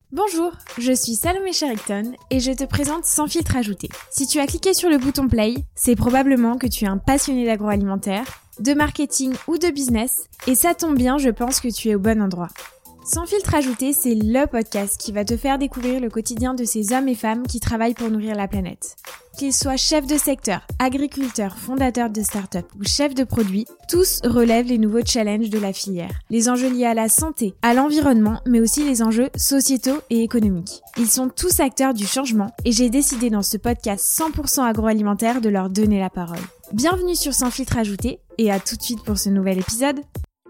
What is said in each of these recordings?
Bonjour, je suis Salomé Sherrington et je te présente Sans filtre ajouté. Si tu as cliqué sur le bouton play, c'est probablement que tu es un passionné d'agroalimentaire, de marketing ou de business, et ça tombe bien, je pense que tu es au bon endroit. Sans filtre ajouté, c'est le podcast qui va te faire découvrir le quotidien de ces hommes et femmes qui travaillent pour nourrir la planète. Qu'ils soient chefs de secteur, agriculteurs, fondateurs de start-up ou chefs de produits, tous relèvent les nouveaux challenges de la filière. Les enjeux liés à la santé, à l'environnement, mais aussi les enjeux sociétaux et économiques. Ils sont tous acteurs du changement et j'ai décidé dans ce podcast 100% agroalimentaire de leur donner la parole. Bienvenue sur Sans filtre ajouté et à tout de suite pour ce nouvel épisode.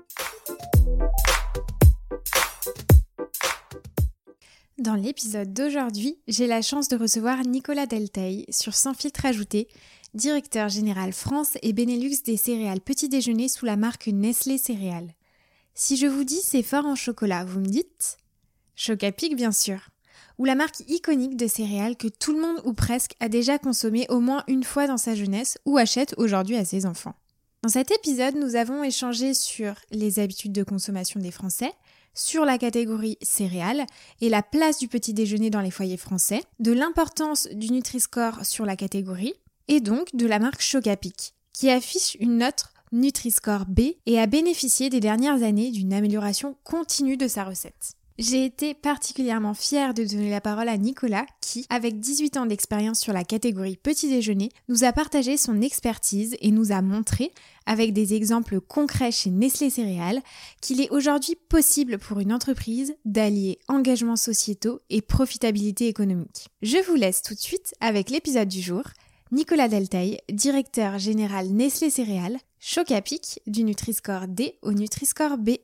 Dans l'épisode d'aujourd'hui, j'ai la chance de recevoir Nicolas Delteil sur Sans filtre ajouté, directeur général France et Benelux des céréales petit déjeuner sous la marque Nestlé Céréales. Si je vous dis c'est fort en chocolat, vous me dites ? Choc à pic bien sûr. Ou la marque iconique de céréales que tout le monde ou presque a déjà consommé au moins une fois dans sa jeunesse ou achète aujourd'hui à ses enfants. Dans cet épisode, nous avons échangé sur les habitudes de consommation des Français, sur la catégorie céréales et la place du petit déjeuner dans les foyers français, de l'importance du Nutri-Score sur la catégorie et donc de la marque Choc à pic, qui affiche une note Nutri-Score B et a bénéficié des dernières années d'une amélioration continue de sa recette. J'ai été particulièrement fière de donner la parole à Nicolas qui, avec 18 ans d'expérience sur la catégorie petit déjeuner, nous a partagé son expertise et nous a montré, avec des exemples concrets chez Nestlé Céréales, qu'il est aujourd'hui possible pour une entreprise d'allier engagements sociétaux et profitabilité économique. Je vous laisse tout de suite avec l'épisode du jour. Nicolas Delteil, directeur général Nestlé Céréales, Choc à pic du Nutri-Score D au Nutri-Score B.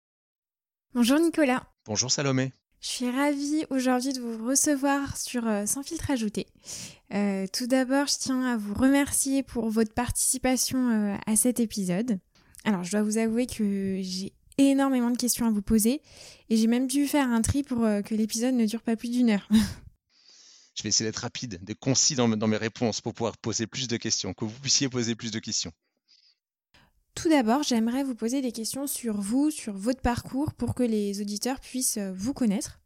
Bonjour Nicolas. Bonjour Salomé. Je suis ravie aujourd'hui de vous recevoir sur Sans filtre ajouté. Tout d'abord, je tiens à vous remercier pour votre participation à cet épisode. Alors, je dois vous avouer que j'ai énormément de questions à vous poser et j'ai même dû faire un tri pour que l'épisode ne dure pas plus d'1 heure. Je vais essayer d'être rapide, d'être concis dans mes réponses pour pouvoir poser plus de questions, que vous puissiez poser plus de questions. Tout d'abord, j'aimerais vous poser des questions sur vous, sur votre parcours, pour que les auditeurs puissent vous connaître.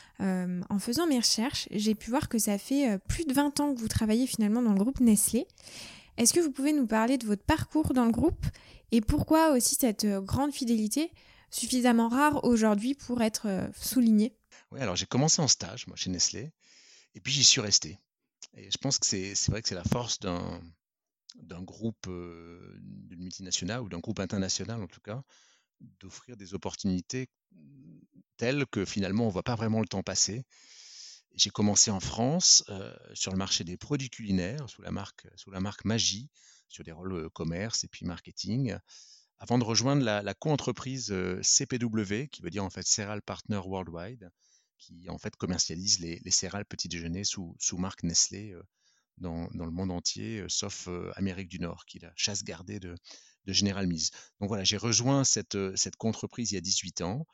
En faisant mes recherches, j'ai pu voir que ça fait plus de 20 ans que vous travaillez finalement dans le groupe Nestlé. Est-ce que vous pouvez nous parler de votre parcours dans le groupe et pourquoi aussi cette grande fidélité, suffisamment rare aujourd'hui pour être soulignée ? Oui, alors j'ai commencé en stage, moi, chez Nestlé, et puis j'y suis resté. Et je pense que c'est vrai que c'est la force d'un groupe, d'une multinationale ou d'un groupe international en tout cas, d'offrir des opportunités telles que finalement on ne voit pas vraiment le temps passer. J'ai commencé en France sur le marché des produits culinaires sous la marque Maggi, sur des rôles commerce et puis marketing, avant de rejoindre la co-entreprise CPW, qui veut dire en fait Cereal Partner Worldwide, qui en fait commercialise les céréales petit déjeuner sous marque Nestlé dans le monde entier, sauf Amérique du Nord, qui est la chasse gardée de General Mills. Donc voilà, j'ai rejoint cette co-entreprise il y a 18 ans.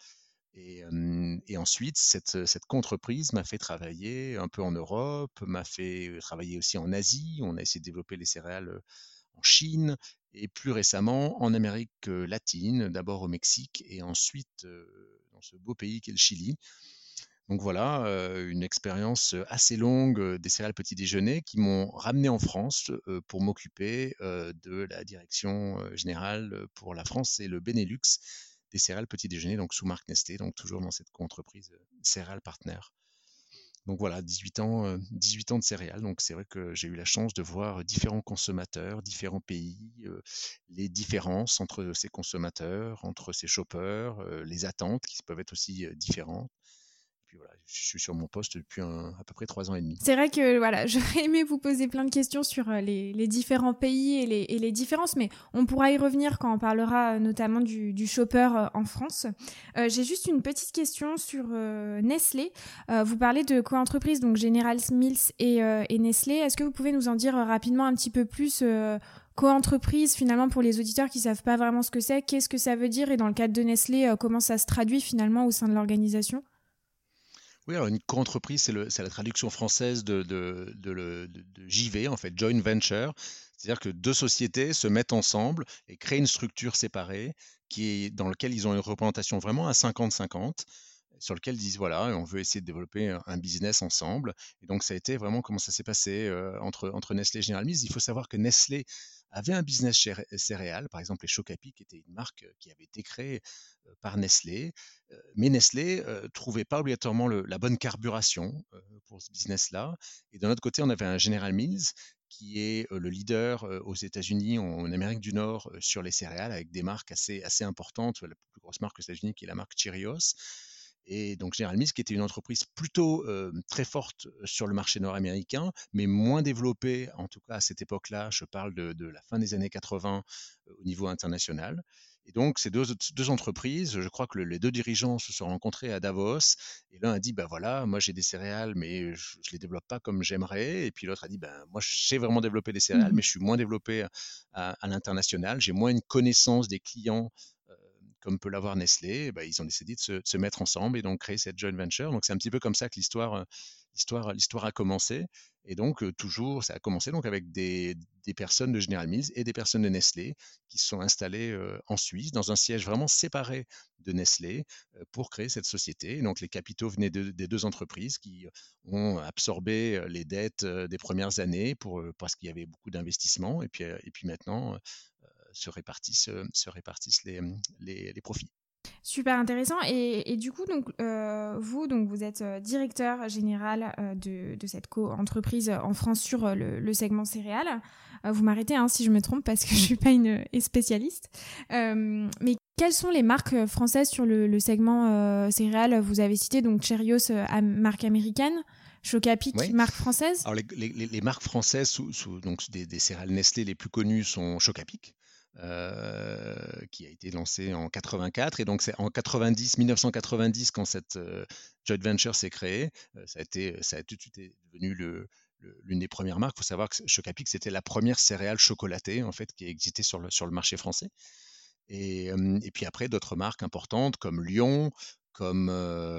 Et ensuite, cette co-entreprise m'a fait travailler un peu en Europe, m'a fait travailler aussi en Asie. On a essayé de développer les céréales en Chine et plus récemment en Amérique latine, d'abord au Mexique et ensuite dans ce beau pays qu'est le Chili. Donc voilà, une expérience assez longue des céréales petit déjeuner qui m'ont ramené en France pour m'occuper de la direction générale pour la France et le Benelux des céréales petit déjeuner, donc sous marque Nestlé, donc toujours dans cette co-entreprise Céréales Partner. Donc voilà, 18 ans de céréales. Donc c'est vrai que j'ai eu la chance de voir différents consommateurs, différents pays, les différences entre ces consommateurs, entre ces shoppers, les attentes qui peuvent être aussi différentes. Puis voilà, je suis sur mon poste depuis à peu près 3 ans et demi. C'est vrai que voilà, j'aurais aimé vous poser plein de questions sur les différents pays et les différences, mais on pourra y revenir quand on parlera notamment du shopper en France. J'ai juste une petite question sur Nestlé. Vous parlez de co-entreprise, donc General Mills et Nestlé. Est-ce que vous pouvez nous en dire rapidement un petit peu plus co-entreprise, finalement, pour les auditeurs qui ne savent pas vraiment ce que c'est, qu'est-ce que ça veut dire et dans le cadre de Nestlé, comment ça se traduit finalement au sein de l'organisation ? Oui, alors une co-entreprise, c'est la traduction française de JV, en fait, joint venture. C'est-à-dire que deux sociétés se mettent ensemble et créent une structure séparée dans laquelle ils ont une représentation vraiment à 50-50. sur lequel ils disent voilà, on veut essayer de développer un business ensemble. Et donc ça a été vraiment comment ça s'est passé entre Nestlé et General Mills. Il faut savoir que Nestlé avait un business céréales, par exemple les Chocapic qui était une marque qui avait été créée par Nestlé, mais Nestlé trouvait pas obligatoirement la bonne carburation pour ce business-là. Et d'un autre côté, on avait un General Mills qui est le leader aux États-Unis, en Amérique du Nord, sur les céréales, avec des marques assez importantes. La plus grosse marque aux États-Unis, qui est la marque Cheerios. Et donc General Mills, qui était une entreprise plutôt très forte sur le marché nord-américain, mais moins développée, en tout cas à cette époque-là, je parle de la fin des années 80 au niveau international. Et donc, ces deux entreprises, je crois que les deux dirigeants se sont rencontrés à Davos, et l'un a dit, ben voilà, moi j'ai des céréales, mais je ne les développe pas comme j'aimerais. Et puis l'autre a dit, ben moi je sais vraiment développer des céréales, mais je suis moins développé à l'international, j'ai moins une connaissance des clients comme peut l'avoir Nestlé. Ben, ils ont décidé de se mettre ensemble et donc créer cette joint venture. Donc c'est un petit peu comme ça que l'histoire a commencé. Et donc toujours, ça a commencé donc avec des personnes de General Mills et des personnes de Nestlé qui se sont installées en Suisse dans un siège vraiment séparé de Nestlé pour créer cette société. Et donc les capitaux venaient des deux entreprises qui ont absorbé les dettes des premières années parce qu'il y avait beaucoup d'investissements. Et puis maintenant, se répartissent les profits. Super intéressant. Et du coup, donc, vous êtes directeur général de cette co-entreprise en France sur le segment céréales. Vous m'arrêtez si je me trompe parce que je ne suis pas une spécialiste. Mais quelles sont les marques françaises sur le segment céréales? Vous avez cité donc Cheerios, marque américaine. Chocapic, Oui. marque française. Alors les marques françaises donc des céréales Nestlé les plus connues sont Chocapic, qui a été lancé en 84. Et donc c'est en 1990 quand cette joint venture s'est créée. Ça a tout de suite devenu l'une des premières marques. Il faut savoir que Chocapic, c'était la première céréale chocolatée en fait qui existait sur le marché français. Et puis après, d'autres marques importantes comme Lion, comme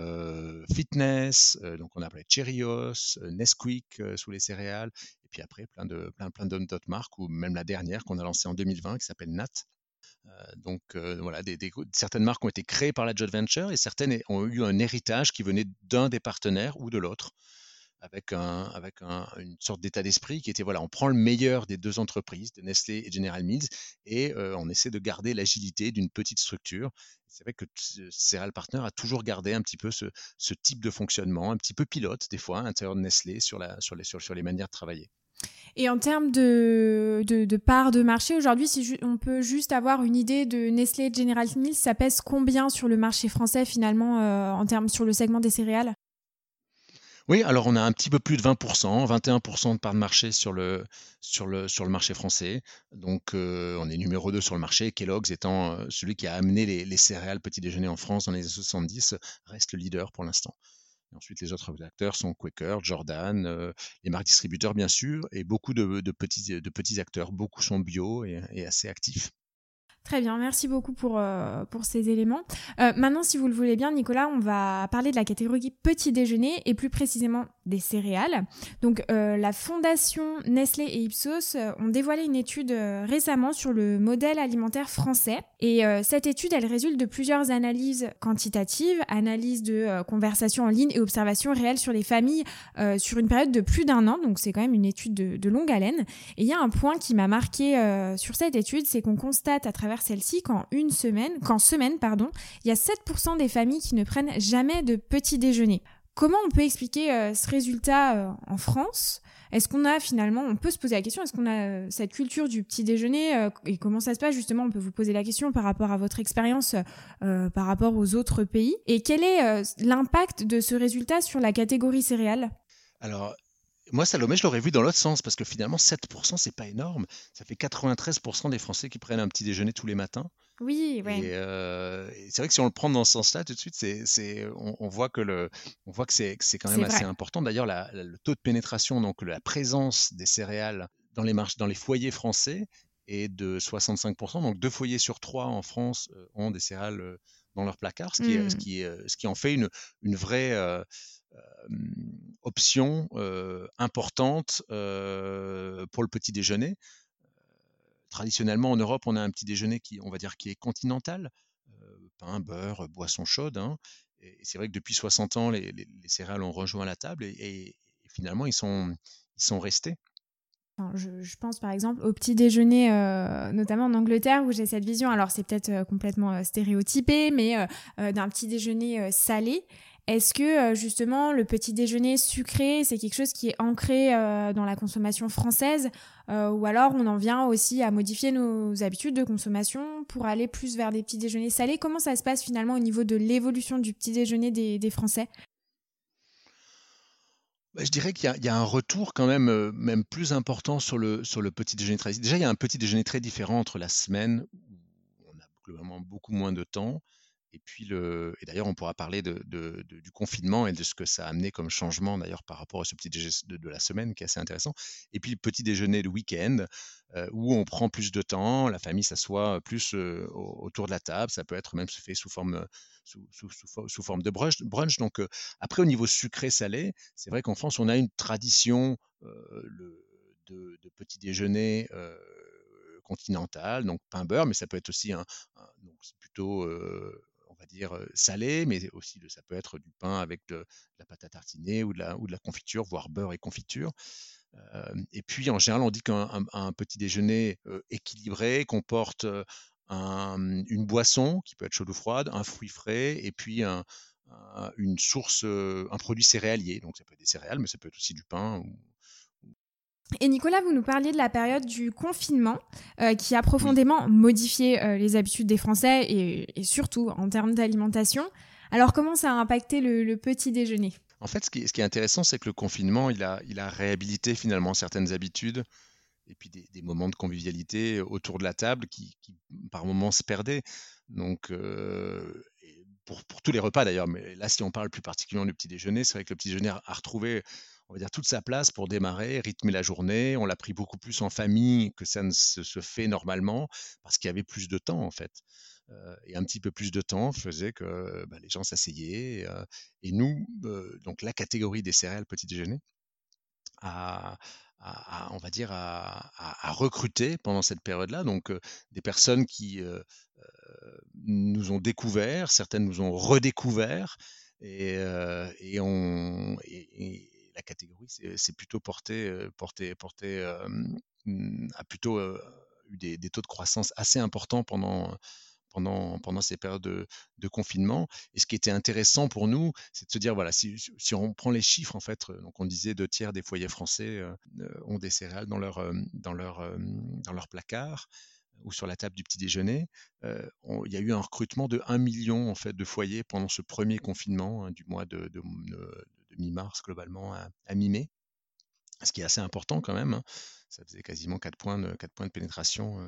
Fitness, donc on appelait Cheerios, Nesquik sous les céréales, et puis après plein d'autres marques, ou même la dernière qu'on a lancée en 2020 qui s'appelle Nat. Donc voilà, certaines marques ont été créées par la joint venture et certaines ont eu un héritage qui venait d'un des partenaires ou de l'autre, avec une sorte d'état d'esprit qui était, voilà, on prend le meilleur des deux entreprises, de Nestlé et General Mills, et on essaie de garder l'agilité d'une petite structure. C'est vrai que Cereal Partner a toujours gardé un petit peu ce type de fonctionnement, un petit peu pilote des fois à l'intérieur de Nestlé sur les manières de travailler. Et en termes de part de marché, aujourd'hui, si on peut juste avoir une idée de Nestlé et General Mills, ça pèse combien sur le marché français finalement en termes sur le segment des céréales? Oui, alors on a un petit peu plus de 20%, 21% de part de marché sur le marché français. Donc on est numéro 2 sur le marché. Kellogg's étant celui qui a amené les céréales petit déjeuner en France dans les années 70, reste le leader pour l'instant. Et ensuite, les autres acteurs sont Quaker, Jordan, les marques distributeurs bien sûr, et beaucoup de petits acteurs. Beaucoup sont bio et assez actifs. Très bien, merci beaucoup pour ces éléments. Maintenant, si vous le voulez bien, Nicolas, on va parler de la catégorie petit déjeuner et plus précisément des céréales. Donc, la fondation Nestlé et Ipsos ont dévoilé une étude récemment sur le modèle alimentaire français. Et cette étude, elle résulte de plusieurs analyses quantitatives, analyses de conversations en ligne et observations réelles sur les familles sur une période de plus d'1 an. Donc, c'est quand même une étude de longue haleine. Et il y a un point qui m'a marqué sur cette étude, c'est qu'on constate à travers celle-ci qu'en semaine, il y a 7% des familles qui ne prennent jamais de petit déjeuner. Comment on peut expliquer ce résultat en France ? Est-ce qu'on a finalement, on peut se poser la question, est-ce qu'on a cette culture du petit déjeuner et comment ça se passe justement? On peut vous poser la question par rapport à votre expérience, par rapport aux autres pays. Et quel est l'impact de ce résultat sur la catégorie céréales? Alors, moi, Salomé, je l'aurais vu dans l'autre sens, parce que finalement, 7%, c'est pas énorme. Ça fait 93% des Français qui prennent un petit déjeuner tous les matins. Oui, ouais. Et c'est vrai que si on le prend dans ce sens-là, tout de suite, on voit que c'est quand même C'est assez vrai. important. D'ailleurs, le taux de pénétration, donc la présence des céréales dans les foyers français est de 65%. Donc 2 foyers sur 3 en France ont des céréales dans leur placard, ce qui en fait une vraie option importante pour le petit déjeuner. Traditionnellement, en Europe, on a un petit déjeuner on va dire, qui est continental, pain, beurre, boisson chaude, hein. Et c'est vrai que depuis 60 ans, les céréales ont rejoint la table et finalement, ils sont restés. Enfin, je pense par exemple au petit déjeuner, notamment en Angleterre, où j'ai cette vision. Alors c'est peut-être complètement stéréotypé, mais d'un petit déjeuner salé. Est-ce que justement le petit déjeuner sucré, c'est quelque chose qui est ancré dans la consommation française, ou alors on en vient aussi à modifier nos habitudes de consommation pour aller plus vers des petits déjeuners salés? Comment ça se passe finalement au niveau de l'évolution du petit déjeuner des Français? Bah, je dirais qu'il y a un retour quand même, même plus important sur le petit déjeuner traditionnel. Déjà, il y a un petit déjeuner très différent entre la semaine où on a globalement beaucoup moins de temps et puis et d'ailleurs on pourra parler du confinement et de ce que ça a amené comme changement d'ailleurs par rapport à ce petit déjeuner de la semaine qui est assez intéressant. Et puis le petit déjeuner le week-end, où on prend plus de temps, la famille s'assoit plus, autour de la table. Ça peut être même fait sous forme, sous forme de brunch donc après au niveau sucré-salé, c'est vrai qu'en France, on a une tradition de petit déjeuner continental, donc pain beurre, mais ça peut être aussi donc c'est plutôt, on va dire, salé, mais aussi ça peut être du pain avec de la pâte à tartiner ou de la confiture, voire beurre et confiture. Et puis en général, on dit qu'un petit déjeuner équilibré comporte une boisson qui peut être chaude ou froide, un fruit frais et puis une source, un produit céréalier. Donc ça peut être des céréales, mais ça peut être aussi du pain. Et Nicolas, vous nous parliez de la période du confinement qui a Oui. profondément modifié les habitudes des Français et surtout en termes d'alimentation. Alors comment ça a impacté le petit déjeuner? En fait, ce qui est intéressant, c'est que le confinement, il a réhabilité finalement certaines habitudes et puis des moments de convivialité autour de la table qui par moments se perdaient. Donc, et pour tous les repas d'ailleurs, mais là, si on parle plus particulièrement du petit déjeuner, c'est vrai que le petit déjeuner a retrouvé, on va dire, toute sa place pour démarrer, rythmer la journée. On l'a pris beaucoup plus en famille que ça ne se fait normalement, parce qu'il y avait plus de temps en fait. Et un petit peu plus de temps faisait que bah, les gens s'asseyaient. Et nous, donc la catégorie des céréales petit déjeuner, à, on va dire, à recruter pendant cette période-là. Donc, des personnes qui nous ont découvert, certaines nous ont redécouvert, et la catégorie c'est plutôt a plutôt eu des taux de croissance assez importants pendant ces périodes de confinement. Et ce qui était intéressant pour nous, c'est de se dire, voilà, si on prend les chiffres, en fait, donc on disait 2 tiers des foyers français ont des céréales dans leur placard ou sur la table du petit déjeuner. Il y a eu un recrutement de 1 million en fait, de foyers pendant ce premier confinement du mois de mi-mars globalement à mi-mai, ce qui est assez important quand même, hein. Ça faisait quasiment 4 points de pénétration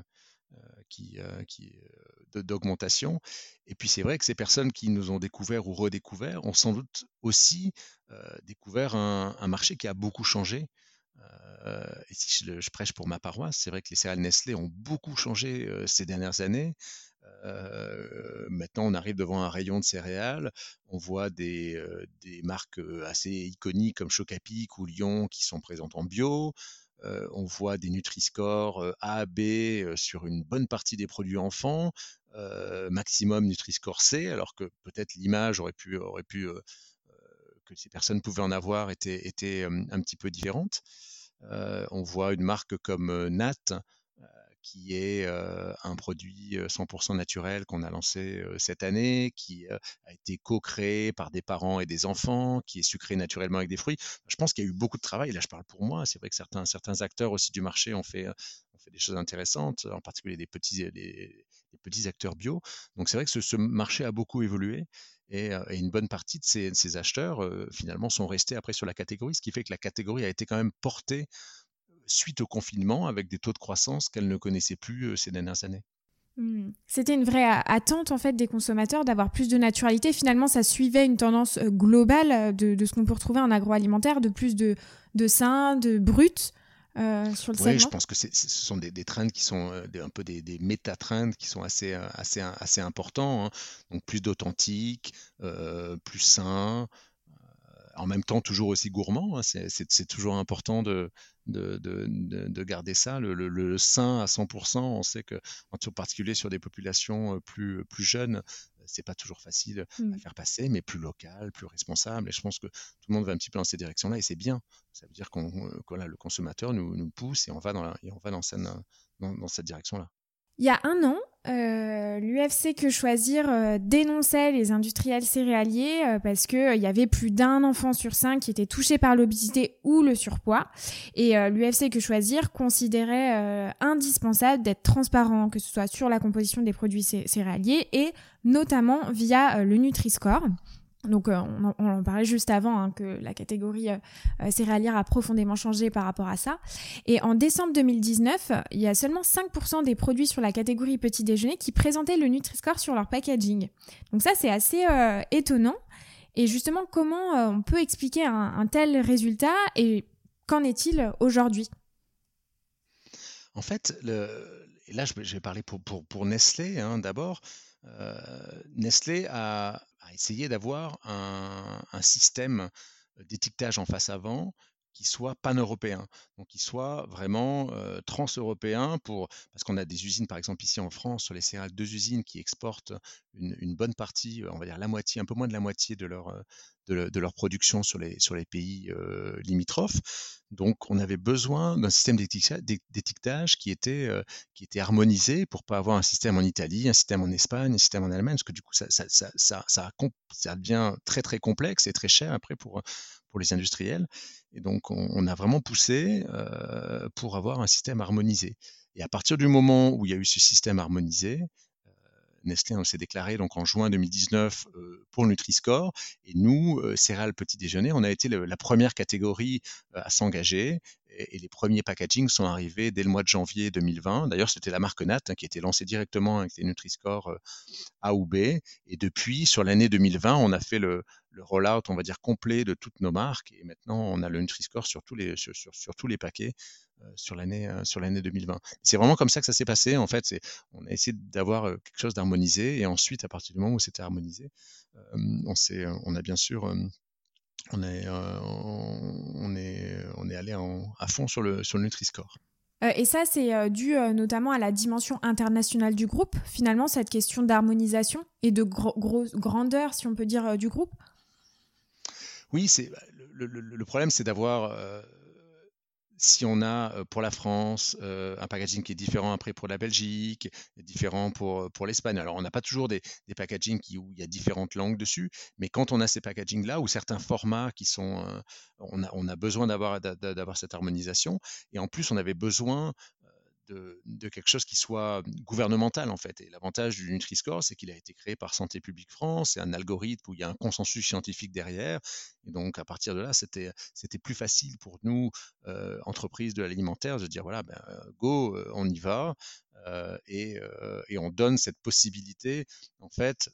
d'augmentation. Et puis c'est vrai que ces personnes qui nous ont découvert ou redécouvert ont sans doute aussi découvert un marché qui a beaucoup changé. Et si je prêche pour ma paroisse, c'est vrai que les céréales Nestlé ont beaucoup changé ces dernières années. Maintenant, on arrive devant un rayon de céréales, on voit des marques assez iconiques comme Chocapic ou Lion qui sont présentes en bio. On voit des Nutri-Score A, B sur une bonne partie des produits enfants, maximum Nutri-Score C, alors que peut-être l'image aurait pu que ces personnes pouvaient en avoir était un petit peu différente. On voit une marque comme Nat, qui est un produit 100% naturel qu'on a lancé cette année, qui a été co-créé par des parents et des enfants, qui est sucré naturellement avec des fruits. Je pense qu'il y a eu beaucoup de travail. Là, je parle pour moi. C'est vrai que certains acteurs aussi du marché ont fait des choses intéressantes, en particulier des petits acteurs bio. Donc c'est vrai que ce marché a beaucoup évolué. Et une bonne partie de ces acheteurs, finalement, sont restés après sur la catégorie, ce qui fait que la catégorie a été quand même portée suite au confinement avec des taux de croissance qu'elle ne connaissait plus ces dernières années. C'était une vraie attente en fait des consommateurs d'avoir plus de naturalité. Finalement, ça suivait une tendance globale de ce qu'on peut retrouver en agroalimentaire, de plus de sain, de brut sur le Oui, je segment. pense que ce sont des trends qui sont un peu des méta-trends qui sont assez importants, hein. Donc plus d'authentique, plus sain, en même temps toujours aussi gourmand, hein. C'est toujours important de garder ça. Le sain à 100%, on sait que, en particulier sur des populations plus jeunes, C'est pas toujours facile à Mmh. faire passer, mais plus local, plus responsable. Et je pense que tout le monde va un petit peu dans ces directions-là et c'est bien. Ça veut dire que le consommateur nous pousse et on va dans cette direction-là. Il y a un an, l'UFC Que Choisir dénonçait les industriels céréaliers parce qu'il y avait plus d'un enfant sur 5 qui était touché par l'obésité ou le surpoids. Et l'UFC Que Choisir considérait indispensable d'être transparent, que ce soit sur la composition des produits céréaliers et notamment via le Nutri-Score. Donc on en parlait juste avant, hein, que la catégorie céréalière a profondément changé par rapport à ça. Et en décembre 2019, il y a seulement 5% des produits sur la catégorie petit déjeuner qui présentaient le Nutri-Score sur leur packaging. Donc ça, c'est assez étonnant. Et justement, comment on peut expliquer un tel résultat et qu'en est-il aujourd'hui ? En fait, et là, je vais parler pour Nestlé, hein, d'abord. Nestlé a essayé d'avoir un système d'étiquetage en face avant qui soit pan-européen, donc qui soit vraiment trans-européen, parce qu'on a des usines, par exemple ici en France, sur les céréales, 2 usines qui exportent une bonne partie, on va dire la moitié, un peu moins de la moitié de leur production sur les pays limitrophes. Donc, on avait besoin d'un système d'étiquetage qui était harmonisé pour pas avoir un système en Italie, un système en Espagne, un système en Allemagne, parce que du coup, ça devient très, très complexe et très cher après pour les industriels. Et donc, on a vraiment poussé pour avoir un système harmonisé. Et à partir du moment où il y a eu ce système harmonisé, Nestlé s'est déclaré donc en juin 2019 pour le Nutri-Score. Et nous, céréales petit déjeuner, on a été la première catégorie à s'engager. Et les premiers packagings sont arrivés dès le mois de janvier 2020. D'ailleurs, c'était la marque Nat qui était lancée directement avec les Nutri-Score A ou B. Et depuis, sur l'année 2020, on a fait le rollout, on va dire, complet de toutes nos marques. Et maintenant, on a le Nutri-Score sur tous les paquets sur l'année 2020. C'est vraiment comme ça que ça s'est passé. En fait, on a essayé d'avoir quelque chose d'harmonisé. Et ensuite, à partir du moment où c'était harmonisé, on a bien sûr... on est allé à fond sur le Nutri-Score. Et ça, c'est dû notamment à la dimension internationale du groupe, finalement, cette question d'harmonisation et de grandeur, si on peut dire, du groupe. Oui, le problème, c'est d'avoir, si on a pour la France un packaging qui est différent après pour la Belgique, différent pour l'Espagne. Alors, on n'a pas toujours des packagings où il y a différentes langues dessus, mais quand on a ces packagings-là ou certains formats qui sont, on a besoin d'avoir cette harmonisation. Et en plus, on avait besoin de quelque chose qui soit gouvernemental en fait. Et l'avantage du Nutri-Score, c'est qu'il a été créé par Santé publique France, c'est un algorithme où il y a un consensus scientifique derrière. Et donc à partir de là, c'était plus facile pour nous, entreprises de l'alimentaire, de dire voilà, go, on y va. Et on donne cette possibilité en fait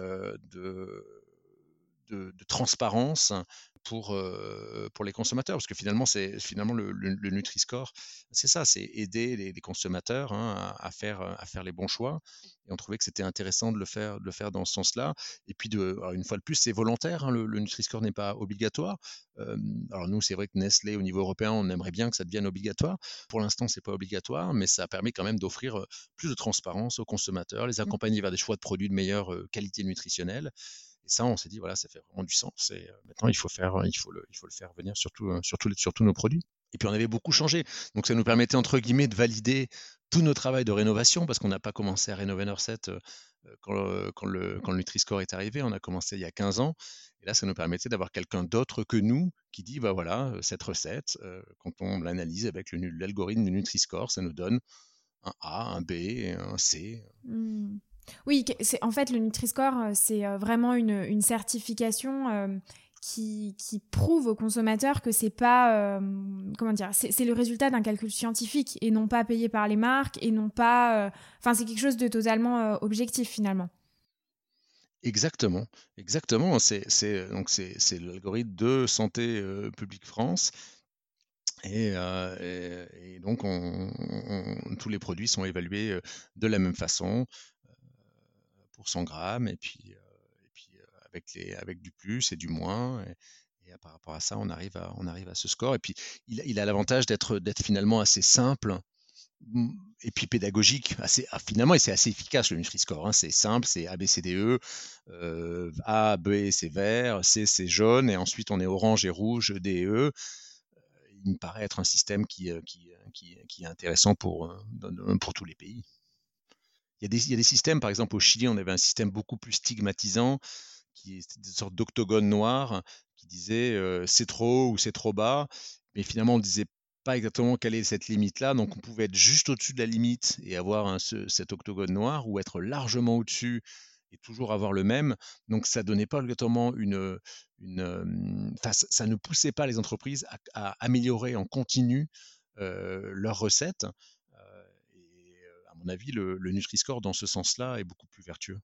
de transparence pour les consommateurs, parce que finalement, le Nutri-Score, c'est ça, c'est aider les consommateurs, hein, à faire les bons choix. Et on trouvait que c'était intéressant de le faire dans ce sens-là. Et puis, alors une fois de plus, c'est volontaire, hein, le Nutri-Score n'est pas obligatoire. Alors nous, c'est vrai que Nestlé, au niveau européen, on aimerait bien que ça devienne obligatoire. Pour l'instant, c'est pas obligatoire, mais ça permet quand même d'offrir plus de transparence aux consommateurs, les accompagner vers des choix de produits de meilleure qualité nutritionnelle. Et ça, on s'est dit, voilà, ça fait vraiment du sens. Et maintenant, il faut le faire venir sur tous nos produits. Et puis, on avait beaucoup changé. Donc, ça nous permettait, entre guillemets, de valider tout nos travaux de rénovation, parce qu'on n'a pas commencé à rénover nos recettes quand le Nutri-Score est arrivé. On a commencé il y a 15 ans. Et là, ça nous permettait d'avoir quelqu'un d'autre que nous qui dit, bah voilà, cette recette, quand on l'analyse avec l'algorithme du Nutri-Score, ça nous donne un A, un B, un C. Mmh. Oui, en fait, le Nutri-Score, c'est vraiment une certification qui prouve aux consommateurs que c'est pas, comment dire, c'est le résultat d'un calcul scientifique et non pas payé par les marques et non pas, enfin, c'est quelque chose de totalement objectif finalement. Exactement, exactement. C'est l'algorithme de Santé publique France. Et donc, tous les produits sont évalués de la même façon pour 100 grammes, et puis avec du plus et du moins. Et par rapport à ça, on arrive à ce score. Et puis, il a l'avantage d'être finalement assez simple et puis pédagogique, finalement, et c'est assez efficace le Nutri-Score, hein, c'est simple, c'est ABCDE, A, B, c'est vert, C, c'est jaune, et ensuite on est orange et rouge, D et E. Il me paraît être un système qui est intéressant pour tous les pays. Il y a des systèmes, par exemple au Chili, on avait un système beaucoup plus stigmatisant, qui est une sorte d'octogone noir, qui disait c'est trop haut ou c'est trop bas, mais finalement on ne disait pas exactement quelle est cette limite-là, donc on pouvait être juste au-dessus de la limite et avoir cet octogone noir, ou être largement au-dessus et toujours avoir le même. Donc ça donnait pas obligatoirement ça ne poussait pas les entreprises à améliorer en continu leurs recettes. À mon avis, le Nutri-Score, dans ce sens-là, est beaucoup plus vertueux.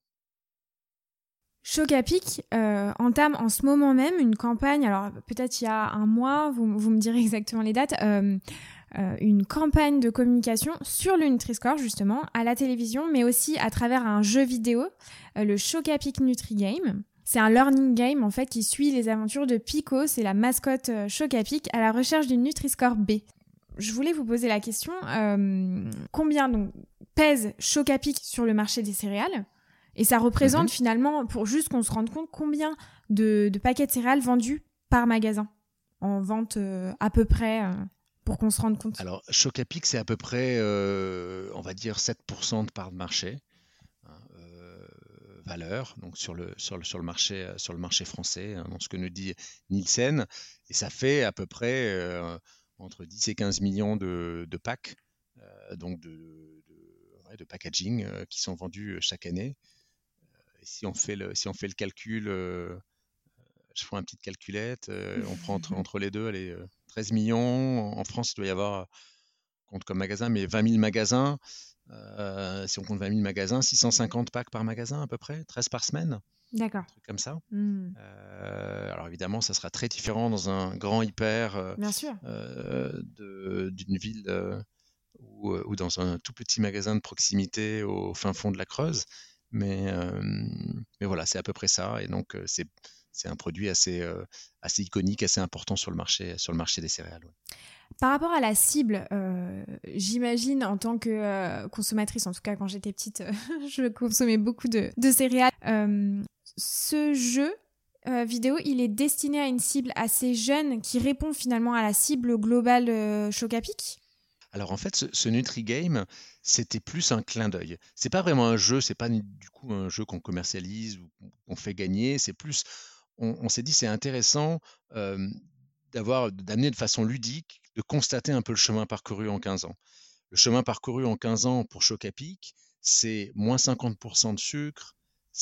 Choc à Pic entame en ce moment même une campagne, alors peut-être il y a un mois, vous me direz exactement les dates, une campagne de communication sur le Nutri-Score justement, à la télévision, mais aussi à travers un jeu vidéo, le Choc à Pic Nutri Game. C'est un learning game en fait qui suit les aventures de Pico, c'est la mascotte Choc à Pic, à la recherche du Nutri-Score B. Je voulais vous poser la question, combien donc pèse Choc à Pic sur le marché des céréales ? Et ça représente finalement, pour juste qu'on se rende compte, combien de paquets de céréales vendus par magasin en vente à peu près, pour qu'on se rende compte. Alors, Choc à Pic, c'est à peu près, on va dire, 7% de part de marché, hein, valeur, donc sur le marché français, hein, dans ce que nous dit Nielsen. Et ça fait à peu près entre 10 et 15 millions de packs, donc de packaging qui sont vendus chaque année. Et si on fait le calcul, je prends une petite calculette, on prend entre les deux, allez, 13 millions. En France, il doit y avoir, on compte comme magasin, mais 20 000 magasins. Si on compte 20 000 magasins, 650 packs par magasin à peu près, 13 par semaine. D'accord. Un truc comme ça. Alors évidemment, ça sera très différent dans un grand hyper Bien sûr. d'une ville ou dans un tout petit magasin de proximité au fin fond de la Creuse. Mais voilà, c'est à peu près ça. Et donc, c'est un produit assez iconique, assez important sur le marché des céréales. Ouais. Par rapport à la cible, j'imagine en tant que consommatrice, en tout cas quand j'étais petite, je consommais beaucoup de céréales. Ce jeu vidéo, il est destiné à une cible assez jeune qui répond finalement à la cible globale Choc à Pic ? Alors en fait, ce Nutri-Game, c'était plus un clin d'œil. C'est pas vraiment un jeu, c'est pas du coup un jeu qu'on commercialise ou qu'on fait gagner. C'est plus, on s'est dit, c'est intéressant d'amener de façon ludique, de constater un peu le chemin parcouru en 15 ans. Le chemin parcouru en 15 ans pour Choc à Pic, c'est moins 50% de sucre,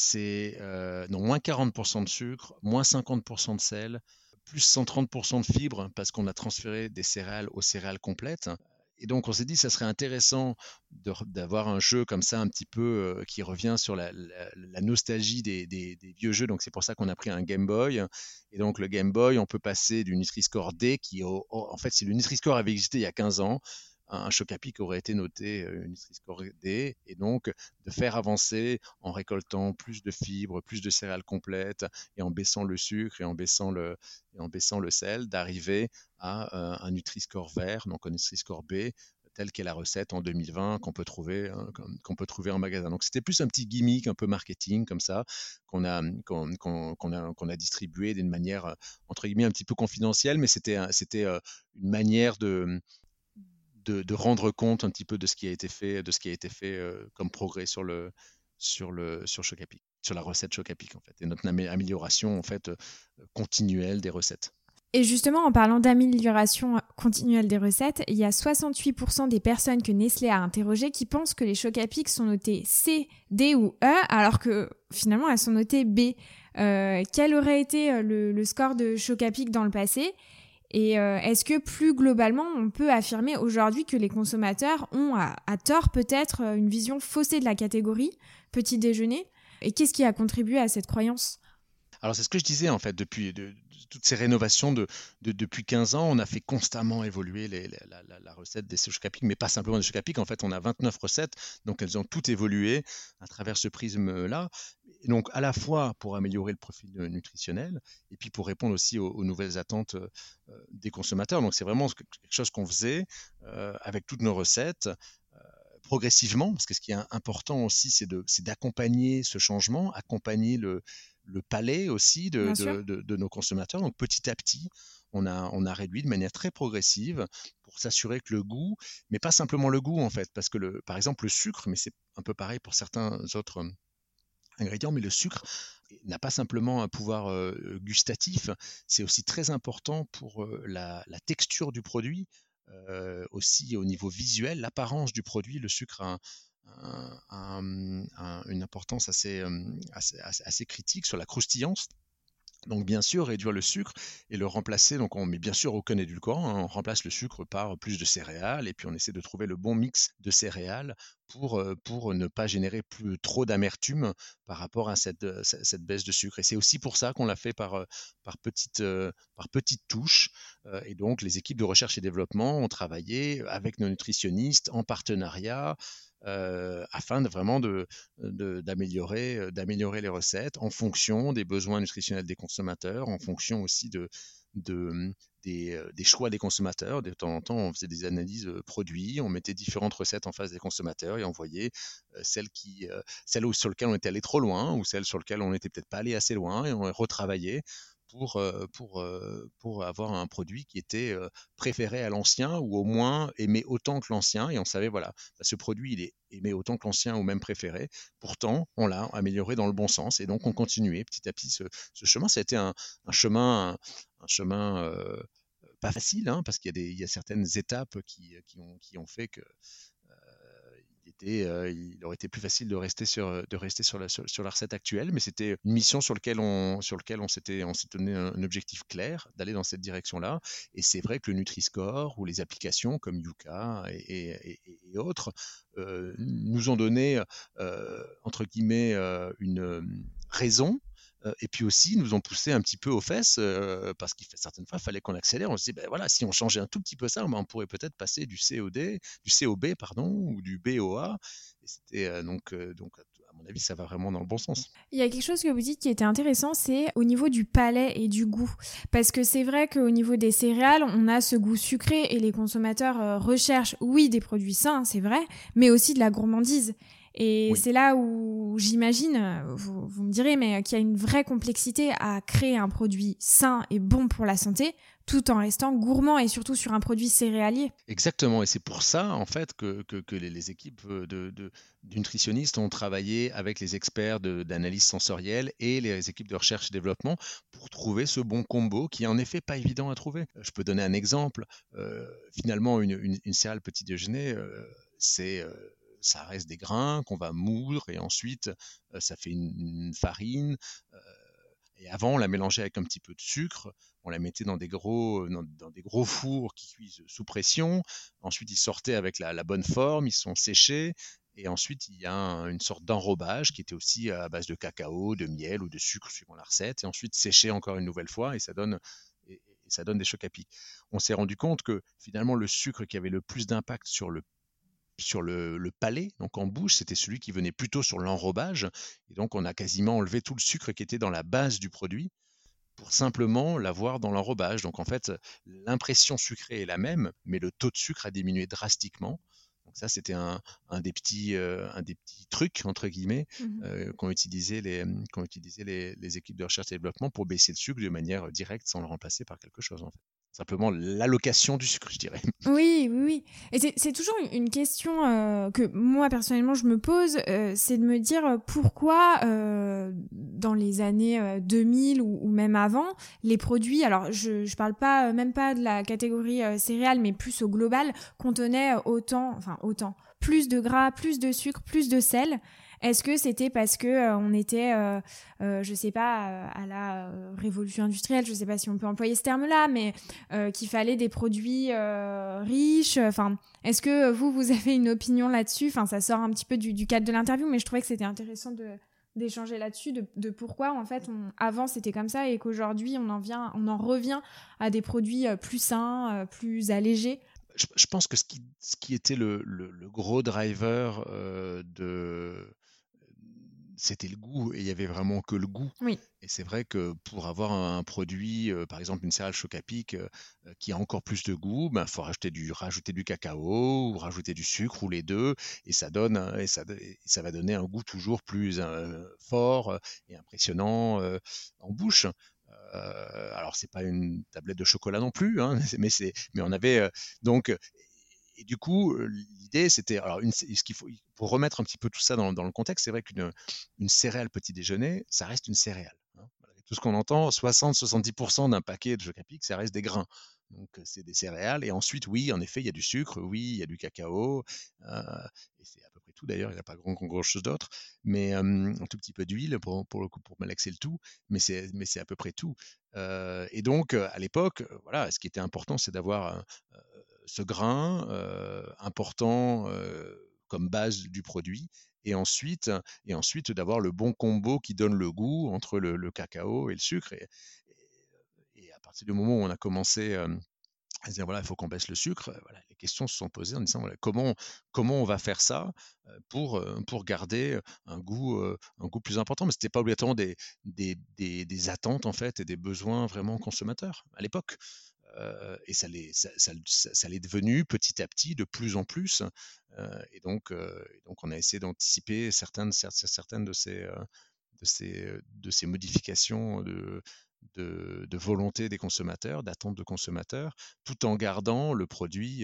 moins 40% de sucre, moins 50% de sel, plus 130% de fibres parce qu'on a transféré des céréales aux céréales complètes. Et donc, on s'est dit, ça serait intéressant d'avoir un jeu comme ça, un petit peu, qui revient sur la nostalgie des vieux jeux. Donc, c'est pour ça qu'on a pris un Game Boy. Et donc, le Game Boy, on peut passer du Nutri-Score D, en fait, si le Nutri-Score avait existé il y a 15 ans, un Choc à Pic aurait été noté Nutri-Score D, et donc de faire avancer en récoltant plus de fibres, plus de céréales complètes, et en baissant le sucre et en baissant le sel, d'arriver à un Nutri-Score vert, donc un Nutri-Score B, telle qu'est la recette en 2020 qu'on peut trouver en magasin. Donc c'était plus un petit gimmick, un peu marketing comme ça, qu'on a distribué d'une manière entre guillemets un petit peu confidentielle, mais c'était une manière de rendre compte un petit peu de ce qui a été fait, comme progrès sur Choc à Pic, sur la recette Choc à Pic en fait, et notre amélioration en fait continuelle des recettes. Et justement, en parlant d'amélioration continuelle des recettes, il y a 68% des personnes que Nestlé a interrogées qui pensent que les Choc à Pic sont notées C, D ou E, alors que finalement elles sont notées B. Quel aurait été le score de Choc à Pic dans le passé ? Et est-ce que plus globalement, on peut affirmer aujourd'hui que les consommateurs ont à tort peut-être une vision faussée de la catégorie petit déjeuner ? Et qu'est-ce qui a contribué à cette croyance ? Alors c'est ce que je disais en fait, depuis toutes ces rénovations depuis 15 ans, on a fait constamment évoluer la recette des Choc à Pic, mais pas simplement des Choc à Pic. En fait, on a 29 recettes, donc elles ont toutes évolué à travers ce prisme-là. Et donc à la fois pour améliorer le profil nutritionnel et puis pour répondre aussi aux nouvelles attentes des consommateurs. Donc c'est vraiment quelque chose qu'on faisait avec toutes nos recettes. progressivement, parce que ce qui est important aussi, c'est d'accompagner ce changement, accompagner le palais aussi Bien sûr. de nos consommateurs. Donc petit à petit, on a réduit de manière très progressive pour s'assurer que le goût, mais pas simplement le goût en fait, parce que par exemple le sucre, mais c'est un peu pareil pour certains autres ingrédients, mais le sucre n'a pas simplement un pouvoir gustatif, c'est aussi très important pour la texture du produit, aussi au niveau visuel, l'apparence du produit. Le sucre a une importance assez critique sur la croustillance. Donc bien sûr, réduire le sucre et le remplacer, donc on met bien sûr aucun édulcorant, hein, on remplace le sucre par plus de céréales et puis on essaie de trouver le bon mix de céréales pour ne pas générer plus trop d'amertume par rapport à cette baisse de sucre. Et c'est aussi pour ça qu'on l'a fait par petites touches. Et donc les équipes de recherche et développement ont travaillé avec nos nutritionnistes en partenariat afin d'améliorer les recettes en fonction des besoins nutritionnels des consommateurs, en fonction aussi de, des choix des consommateurs. De temps en temps, on faisait des analyses produits, on mettait différentes recettes en face des consommateurs et on voyait celles sur lesquelles on était allé trop loin ou celles sur lesquelles on n'était peut-être pas allé assez loin et on retravaillait pour avoir un produit qui était préféré à l'ancien ou au moins aimé autant que l'ancien. Et on savait, voilà, ce produit, il est aimé autant que l'ancien ou même préféré. Pourtant, on l'a amélioré dans le bon sens. Et donc, on continuait petit à petit ce chemin. Ça a été un chemin pas facile, hein, parce qu'il y a certaines étapes qui ont fait que il aurait été plus facile de rester sur la recette actuelle, mais c'était une mission sur lequel on s'est donné un objectif clair d'aller dans cette direction-là. Et c'est vrai que le Nutri-Score ou les applications comme Yuka et autres nous ont donné, entre guillemets, une raison et puis aussi nous ont poussé un petit peu aux fesses parce qu'il fait certaines fois, il fallait qu'on accélère. On se dit, ben voilà, si on changeait un tout petit peu ça, on pourrait peut-être passer du COB, pardon, ou du BOA. Et c'était donc, à mon avis, ça va vraiment dans le bon sens. Il y a quelque chose que vous dites qui était intéressant, c'est au niveau du palais et du goût. Parce que c'est vrai qu'au niveau des céréales, on a ce goût sucré et les consommateurs recherchent, oui, des produits sains, c'est vrai, mais aussi de la gourmandise. Et Oui. c'est là où j'imagine, vous me direz, mais qu'il y a une vraie complexité à créer un produit sain et bon pour la santé, tout en restant gourmand et surtout sur un produit céréalier. Exactement, et c'est pour ça en fait que les équipes de nutritionnistes ont travaillé avec les experts d'analyse sensorielle et les équipes de recherche et développement pour trouver ce bon combo qui est en effet pas évident à trouver. Je peux donner un exemple. Finalement, une céréale petit déjeuner, ça reste des grains qu'on va moudre et ensuite ça fait une farine. Et avant, on la mélangeait avec un petit peu de sucre, on la mettait dans des gros fours qui cuisent sous pression. Ensuite, ils sortaient avec la bonne forme, ils sont séchés. Et ensuite, il y a une sorte d'enrobage qui était aussi à base de cacao, de miel ou de sucre suivant la recette. Et ensuite, séché encore une nouvelle fois et ça donne des chocs à pic. On s'est rendu compte que finalement, le sucre qui avait le plus d'impact sur le palais, donc en bouche, c'était celui qui venait plutôt sur l'enrobage. Et donc, on a quasiment enlevé tout le sucre qui était dans la base du produit pour simplement l'avoir dans l'enrobage. Donc, en fait, l'impression sucrée est la même, mais le taux de sucre a diminué drastiquement. Donc ça, c'était un des petits trucs, entre guillemets, qu'ont utilisé les équipes de recherche et développement pour baisser le sucre de manière directe sans le remplacer par quelque chose, en fait. Simplement l'allocation du sucre, je dirais. Oui, oui, oui. Et c'est toujours une question que moi personnellement je me pose, c'est de me dire pourquoi dans les années 2000 ou même avant, les produits, alors je parle pas même pas de la catégorie céréales, mais plus au global, contenaient autant, plus de gras, plus de sucre, plus de sel. Est-ce que c'était parce que on était, je sais pas, à la révolution industrielle, je sais pas si on peut employer ce terme-là, mais qu'il fallait des produits riches. Enfin, est-ce que vous avez une opinion là-dessus? Enfin, ça sort un petit peu du cadre de l'interview, mais je trouvais que c'était intéressant d'échanger là-dessus, de pourquoi en fait avant c'était comme ça et qu'aujourd'hui on en revient à des produits plus sains, plus allégés. Je pense que ce qui était le gros driver c'était le goût et il y avait vraiment que le goût. Oui. Et c'est vrai que pour avoir un produit, par exemple une céréale choc à pic, qui a encore plus de goût, ben, faut rajouter du cacao ou rajouter du sucre ou les 2 et ça donne un et ça va donner un goût toujours plus, fort, et impressionnant, en bouche. Alors c'est pas une tablette de chocolat non plus, hein, mais on avait, donc et du coup, l'idée, c'était alors ce qu'il faut pour remettre un petit peu tout ça dans le contexte, c'est vrai qu'une céréale petit déjeuner, ça reste une céréale, hein. Malgré tout ce qu'on entend, 60-70% d'un paquet de choc à pic, ça reste des grains. Donc, c'est des céréales. Et ensuite, oui, en effet, il y a du sucre, oui, il y a du cacao, et c'est à peu près tout d'ailleurs. Il n'y a pas grand chose d'autre, mais un tout petit peu d'huile pour le coup, pour malaxer le tout, mais c'est à peu près tout. Et donc, à l'époque, voilà, ce qui était important, c'est d'avoir ce grain important comme base du produit et ensuite, d'avoir le bon combo qui donne le goût entre le cacao et le sucre. Et à partir du moment où on a commencé à se dire voilà, il faut qu'on baisse le sucre, voilà, les questions se sont posées en disant voilà, comment on va faire ça pour garder un goût plus important. Mais ce n'était pas obligatoirement des attentes en fait et des besoins vraiment consommateurs à l'époque. Et ça l'est devenu petit à petit de plus en plus. Et donc, on a essayé d'anticiper certaines de ces modifications de volonté des consommateurs, d'attente de consommateurs, tout en gardant le produit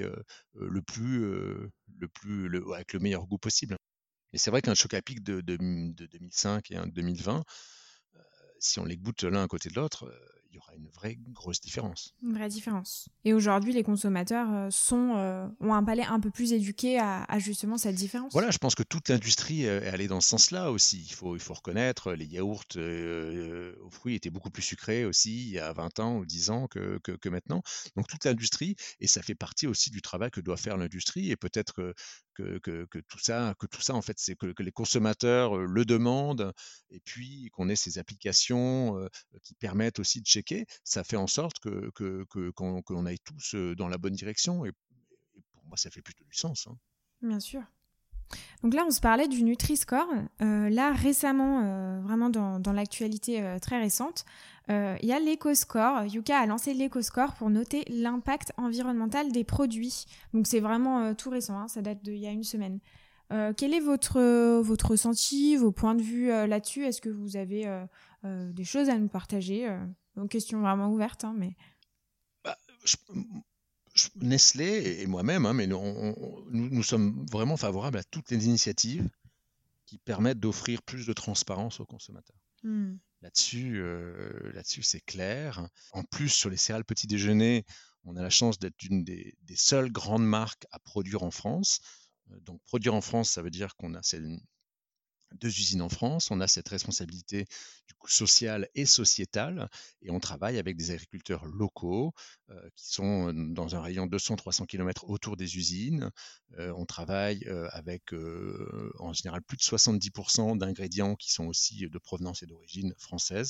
avec le meilleur goût possible. Et c'est vrai qu'un choc à pic de 2005 et un de 2020, si on les goûte l'un à côté de l'autre, il y aura une vraie grosse différence. Une vraie différence. Et aujourd'hui, les consommateurs ont un palais un peu plus éduqué à justement cette différence. Voilà, je pense que toute l'industrie est allée dans ce sens-là aussi. Il faut reconnaître, les yaourts aux fruits étaient beaucoup plus sucrés aussi il y a 20 ans ou 10 ans que maintenant. Donc toute l'industrie, et ça fait partie aussi du travail que doit faire l'industrie, et peut-être que tout ça, en fait, c'est que les consommateurs le demandent, et puis qu'on ait ces applications qui permettent aussi de checker, ça fait en sorte qu'on aille tous dans la bonne direction. Et pour moi, ça fait plutôt du sens, hein. Bien sûr. Donc là, on se parlait du Nutri-Score. Là, récemment, vraiment dans l'actualité très récente, il y a l'EcoScore. Yuka a lancé l'EcoScore pour noter l'impact environnemental des produits. Donc c'est vraiment tout récent, hein, ça date d'il y a une semaine. Quel est votre ressenti, vos points de vue là-dessus? Est-ce que vous avez des choses à nous partager? Une question vraiment ouverte, hein, mais... Bah, Nestlé et moi-même, hein, mais nous sommes vraiment favorables à toutes les initiatives qui permettent d'offrir plus de transparence aux consommateurs. Là-dessus, c'est clair. En plus, sur les céréales petit déjeuner, on a la chance d'être une des seules grandes marques à produire en France. Donc, produire en France, ça veut dire qu'on a 2 usines en France, on a cette responsabilité du coup sociale et sociétale, et on travaille avec des agriculteurs locaux qui sont dans un rayon de 200-300 km autour des usines. On travaille avec en général plus de 70% d'ingrédients qui sont aussi de provenance et d'origine française.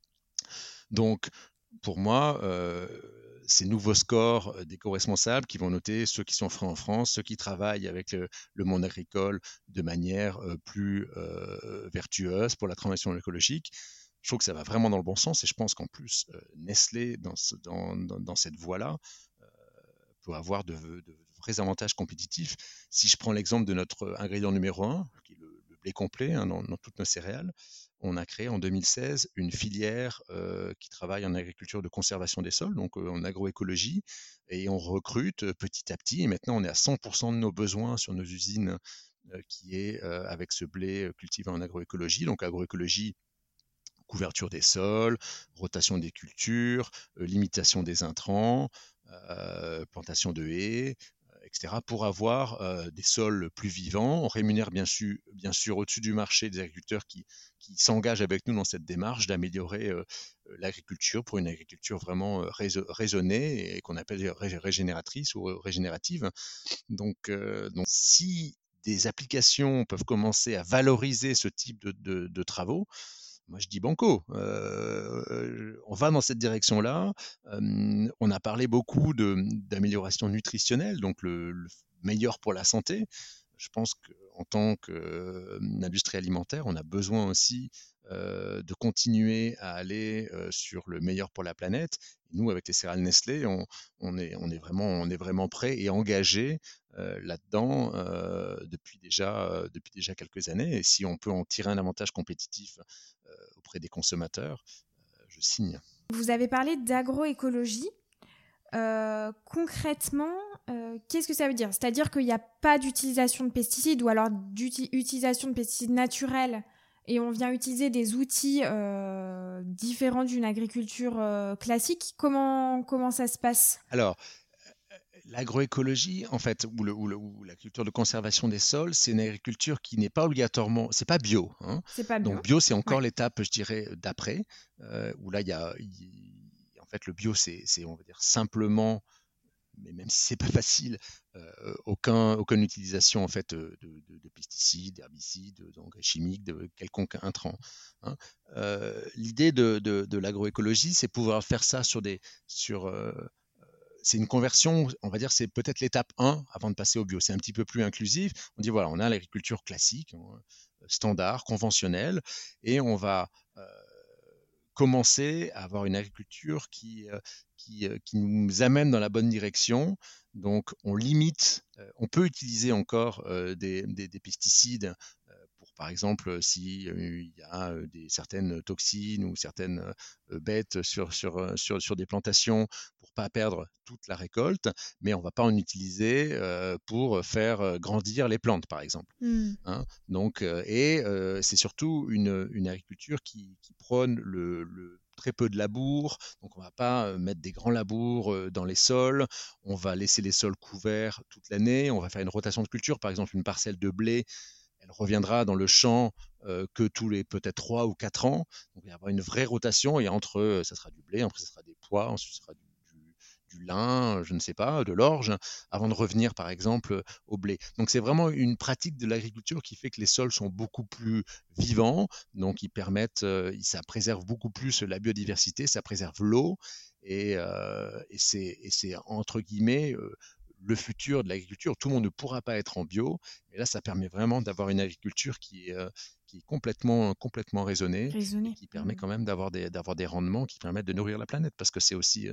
Donc, pour moi, ces nouveaux scores d'éco-responsables qui vont noter ceux qui sont frais en France, ceux qui travaillent avec le monde agricole de manière plus vertueuse pour la transition écologique, je trouve que ça va vraiment dans le bon sens. Et je pense qu'en plus, Nestlé, dans cette voie-là, peut avoir de vrais avantages compétitifs. Si je prends l'exemple de notre ingrédient numéro 1, qui est le blé complet, hein, dans toutes nos céréales, on a créé en 2016 une filière qui travaille en agriculture de conservation des sols, donc en agroécologie, et on recrute petit à petit, et maintenant on est à 100% de nos besoins sur nos usines qui est avec ce blé cultivé en agroécologie. Donc agroécologie, couverture des sols, rotation des cultures, limitation des intrants, plantation de haies, etc., pour avoir des sols plus vivants. On rémunère bien sûr au-dessus du marché des agriculteurs qui s'engagent avec nous dans cette démarche d'améliorer l'agriculture pour une agriculture vraiment raisonnée et qu'on appelle régénératrice ou régénérative. Donc, si des applications peuvent commencer à valoriser ce type de travaux, moi, je dis banco. On va dans cette direction-là. On a parlé beaucoup d'amélioration nutritionnelle, donc le meilleur pour la santé. Je pense qu'en tant qu'industrie alimentaire, on a besoin aussi de continuer à aller sur le meilleur pour la planète. Et nous, avec les céréales Nestlé, on est vraiment prêts et engagés là-dedans depuis déjà quelques années. Et si on peut en tirer un avantage compétitif auprès des consommateurs, je signe. Vous avez parlé d'agroécologie. Concrètement, qu'est-ce que ça veut dire? C'est-à-dire qu'il n'y a pas d'utilisation de pesticides ou alors d'utilisation de pesticides naturels et on vient utiliser des outils différents d'une agriculture classique. Comment ça se passe? Alors, l'agroécologie, en fait, ou la culture de conservation des sols, c'est une agriculture qui n'est pas obligatoirement, c'est pas bio, hein. C'est pas bio. Donc bio, c'est encore Ouais. l'étape, je dirais, d'après, où là, en fait, le bio, on va dire simplement, mais même si c'est pas facile, aucune utilisation en fait de pesticides, d'herbicides, d'engrais chimiques, de quelconque intrant, hein. L'idée de l'agroécologie, c'est pouvoir faire ça c'est une conversion, on va dire, c'est peut-être l'étape 1 avant de passer au bio. C'est un petit peu plus inclusif. On dit, voilà, on a l'agriculture classique, standard, conventionnelle, et on va commencer à avoir une agriculture qui nous amène dans la bonne direction. Donc, on limite, on peut utiliser encore des pesticides pour, par exemple, s'il y a certaines toxines ou certaines bêtes sur des plantations pour pas perdre toute la récolte, mais on ne va pas en utiliser pour faire grandir les plantes, par exemple. Hein. Donc, c'est surtout une agriculture qui prône très peu de labour. Donc, on ne va pas mettre des grands labours dans les sols. On va laisser les sols couverts toute l'année. On va faire une rotation de culture. Par exemple, une parcelle de blé, elle reviendra dans le champ que tous les peut-être 3 ou 4 ans. Donc, il va y avoir une vraie rotation. Et entre, ça sera du blé, après, ça sera des pois, ensuite, ça sera du lin, je ne sais pas, de l'orge, avant de revenir par exemple au blé. Donc c'est vraiment une pratique de l'agriculture qui fait que les sols sont beaucoup plus vivants, donc ils permettent, ça préserve beaucoup plus la biodiversité, ça préserve l'eau, et c'est entre guillemets le futur de l'agriculture. Tout le monde ne pourra pas être en bio, mais là ça permet vraiment d'avoir une agriculture qui est complètement raisonnée et qui permet quand même d'avoir des rendements qui permettent de nourrir la planète, parce que c'est aussi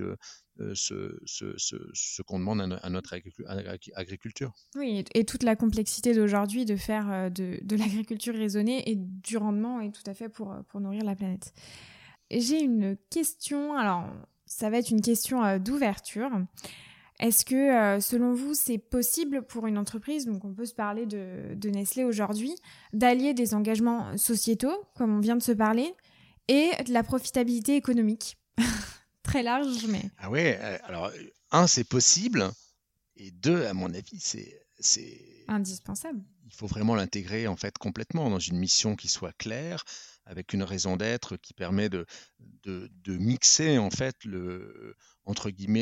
ce qu'on demande à notre agriculture. Oui, et toute la complexité d'aujourd'hui de faire de l'agriculture raisonnée et du rendement est tout à fait pour nourrir la planète. J'ai une question, alors ça va être une question d'ouverture. Est-ce que, selon vous, c'est possible pour une entreprise, donc on peut se parler de Nestlé aujourd'hui, d'allier des engagements sociétaux, comme on vient de se parler, et de la profitabilité économique? Très large, mais... Ah ouais, alors, un, c'est possible, et deux, à mon avis, c'est indispensable. Il faut vraiment l'intégrer en fait complètement dans une mission qui soit claire, avec une raison d'être qui permet de mixer en fait entre guillemets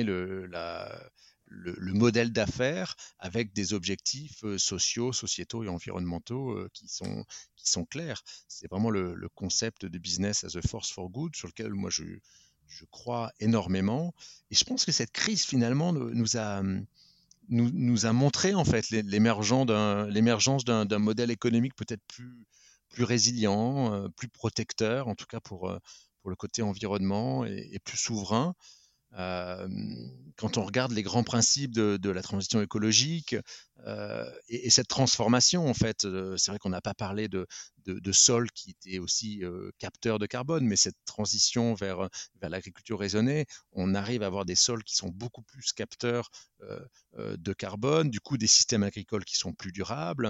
le modèle d'affaires avec des objectifs sociaux, sociétaux et environnementaux qui sont clairs. C'est vraiment le concept de business as a force for good sur lequel moi je crois énormément. Et je pense que cette crise finalement nous a montré en fait l'émergence d'un modèle économique peut-être plus résilient, plus protecteur, en tout cas pour le côté environnement et plus souverain. Quand on regarde les grands principes de la transition écologique et cette transformation, en fait, c'est vrai qu'on n'a pas parlé de sols qui étaient aussi capteurs de carbone, mais cette transition vers l'agriculture raisonnée, on arrive à avoir des sols qui sont beaucoup plus capteurs de carbone, du coup des systèmes agricoles qui sont plus durables,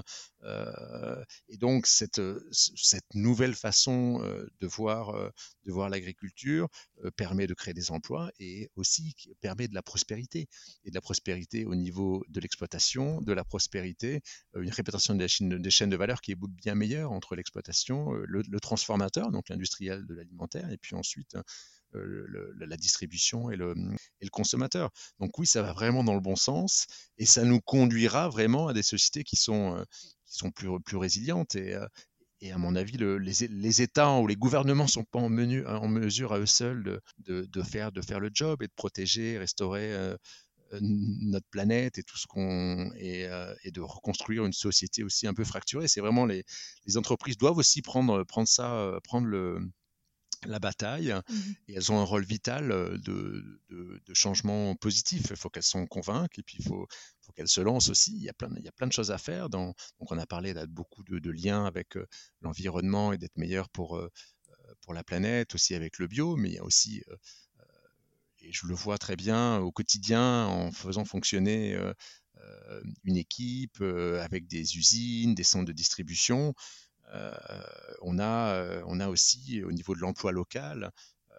et donc cette nouvelle façon de voir l'agriculture permet de créer des emplois et aussi permet de la prospérité, et de la prospérité au niveau de l'exploitation, de la prospérité, une répartition des chaînes de valeur qui est bien meilleure entre l'exploitation, le transformateur, donc l'industriel de l'alimentaire, et puis ensuite la distribution et le consommateur. Donc oui, ça va vraiment dans le bon sens, et ça nous conduira vraiment à des sociétés qui sont plus résilientes. Et à mon avis, les États ou les gouvernements ne sont pas en mesure à eux seuls de faire le job et de protéger, restaurer notre planète et tout ce qu'on et de reconstruire une société aussi un peu fracturée. C'est vraiment les entreprises doivent aussi prendre la bataille et elles ont un rôle vital de changement positif. Il faut qu'elles s'en convainquent et puis il faut qu'elles se lancent aussi. Il y a plein de choses à faire. Donc on a parlé de beaucoup de liens avec l'environnement et d'être meilleur pour la planète, aussi avec le bio, mais il y a aussi, et je le vois très bien au quotidien en faisant fonctionner une équipe avec des usines, des centres de distribution. On a aussi au niveau de l'emploi local,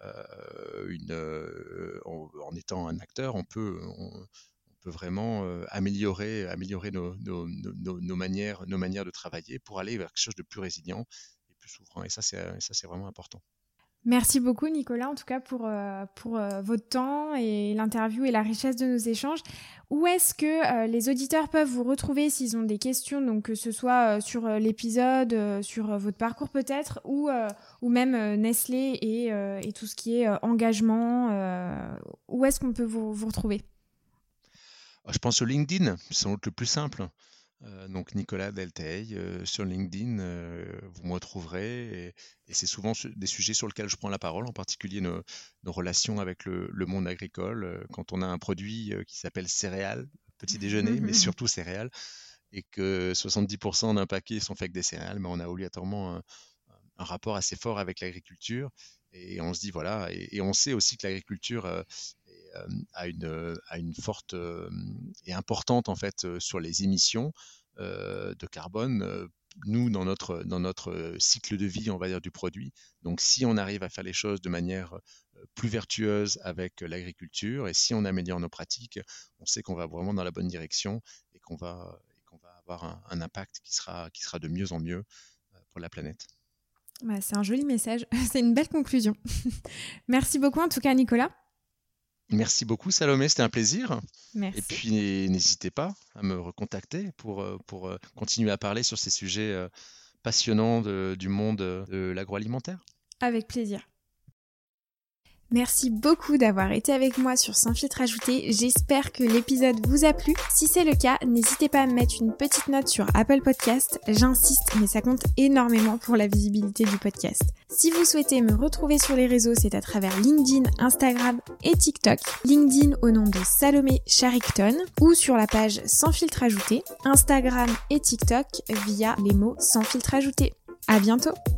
en étant un acteur, on peut vraiment améliorer nos manières de travailler pour aller vers quelque chose de plus résilient et plus souverain. Et ça, c'est vraiment important. Merci beaucoup Nicolas, en tout cas pour votre temps et l'interview et la richesse de nos échanges. Où est-ce que les auditeurs peuvent vous retrouver s'ils ont des questions, donc que ce soit sur l'épisode, sur votre parcours peut-être, ou même Nestlé et tout ce qui est engagement, où est-ce qu'on peut vous retrouver ? Je pense au LinkedIn, c'est sans doute le plus simple. Donc Nicolas Delteil sur LinkedIn, vous me retrouverez et c'est souvent des sujets sur lesquels je prends la parole, en particulier nos relations avec le monde agricole. Quand on a un produit qui s'appelle céréales, petit déjeuner, mais surtout céréales, et que 70% d'un paquet sont faits avec des céréales, mais on a obligatoirement un rapport assez fort avec l'agriculture et on se dit voilà, et on sait aussi que l'agriculture a une forte et importante en fait sur les émissions de carbone. Nous, dans notre cycle de vie, on va dire, du produit. Donc, si on arrive à faire les choses de manière plus vertueuse avec l'agriculture et si on améliore nos pratiques, on sait qu'on va vraiment dans la bonne direction et qu'on va avoir un impact qui sera de mieux en mieux pour la planète. Bah, c'est un joli message, c'est une belle conclusion. Merci beaucoup en tout cas Nicolas. Merci beaucoup Salomé, c'était un plaisir. Merci. Et puis n'hésitez pas à me recontacter pour continuer à parler sur ces sujets passionnants du monde de l'agroalimentaire. Avec plaisir. Merci beaucoup d'avoir été avec moi sur Sans filtre ajouté. J'espère que l'épisode vous a plu. Si c'est le cas, n'hésitez pas à me mettre une petite note sur Apple Podcast. J'insiste, mais ça compte énormément pour la visibilité du podcast. Si vous souhaitez me retrouver sur les réseaux, c'est à travers LinkedIn, Instagram et TikTok. LinkedIn au nom de Salomé Charicton ou sur la page Sans filtre ajouté. Instagram et TikTok via les mots Sans filtre ajouté. À bientôt!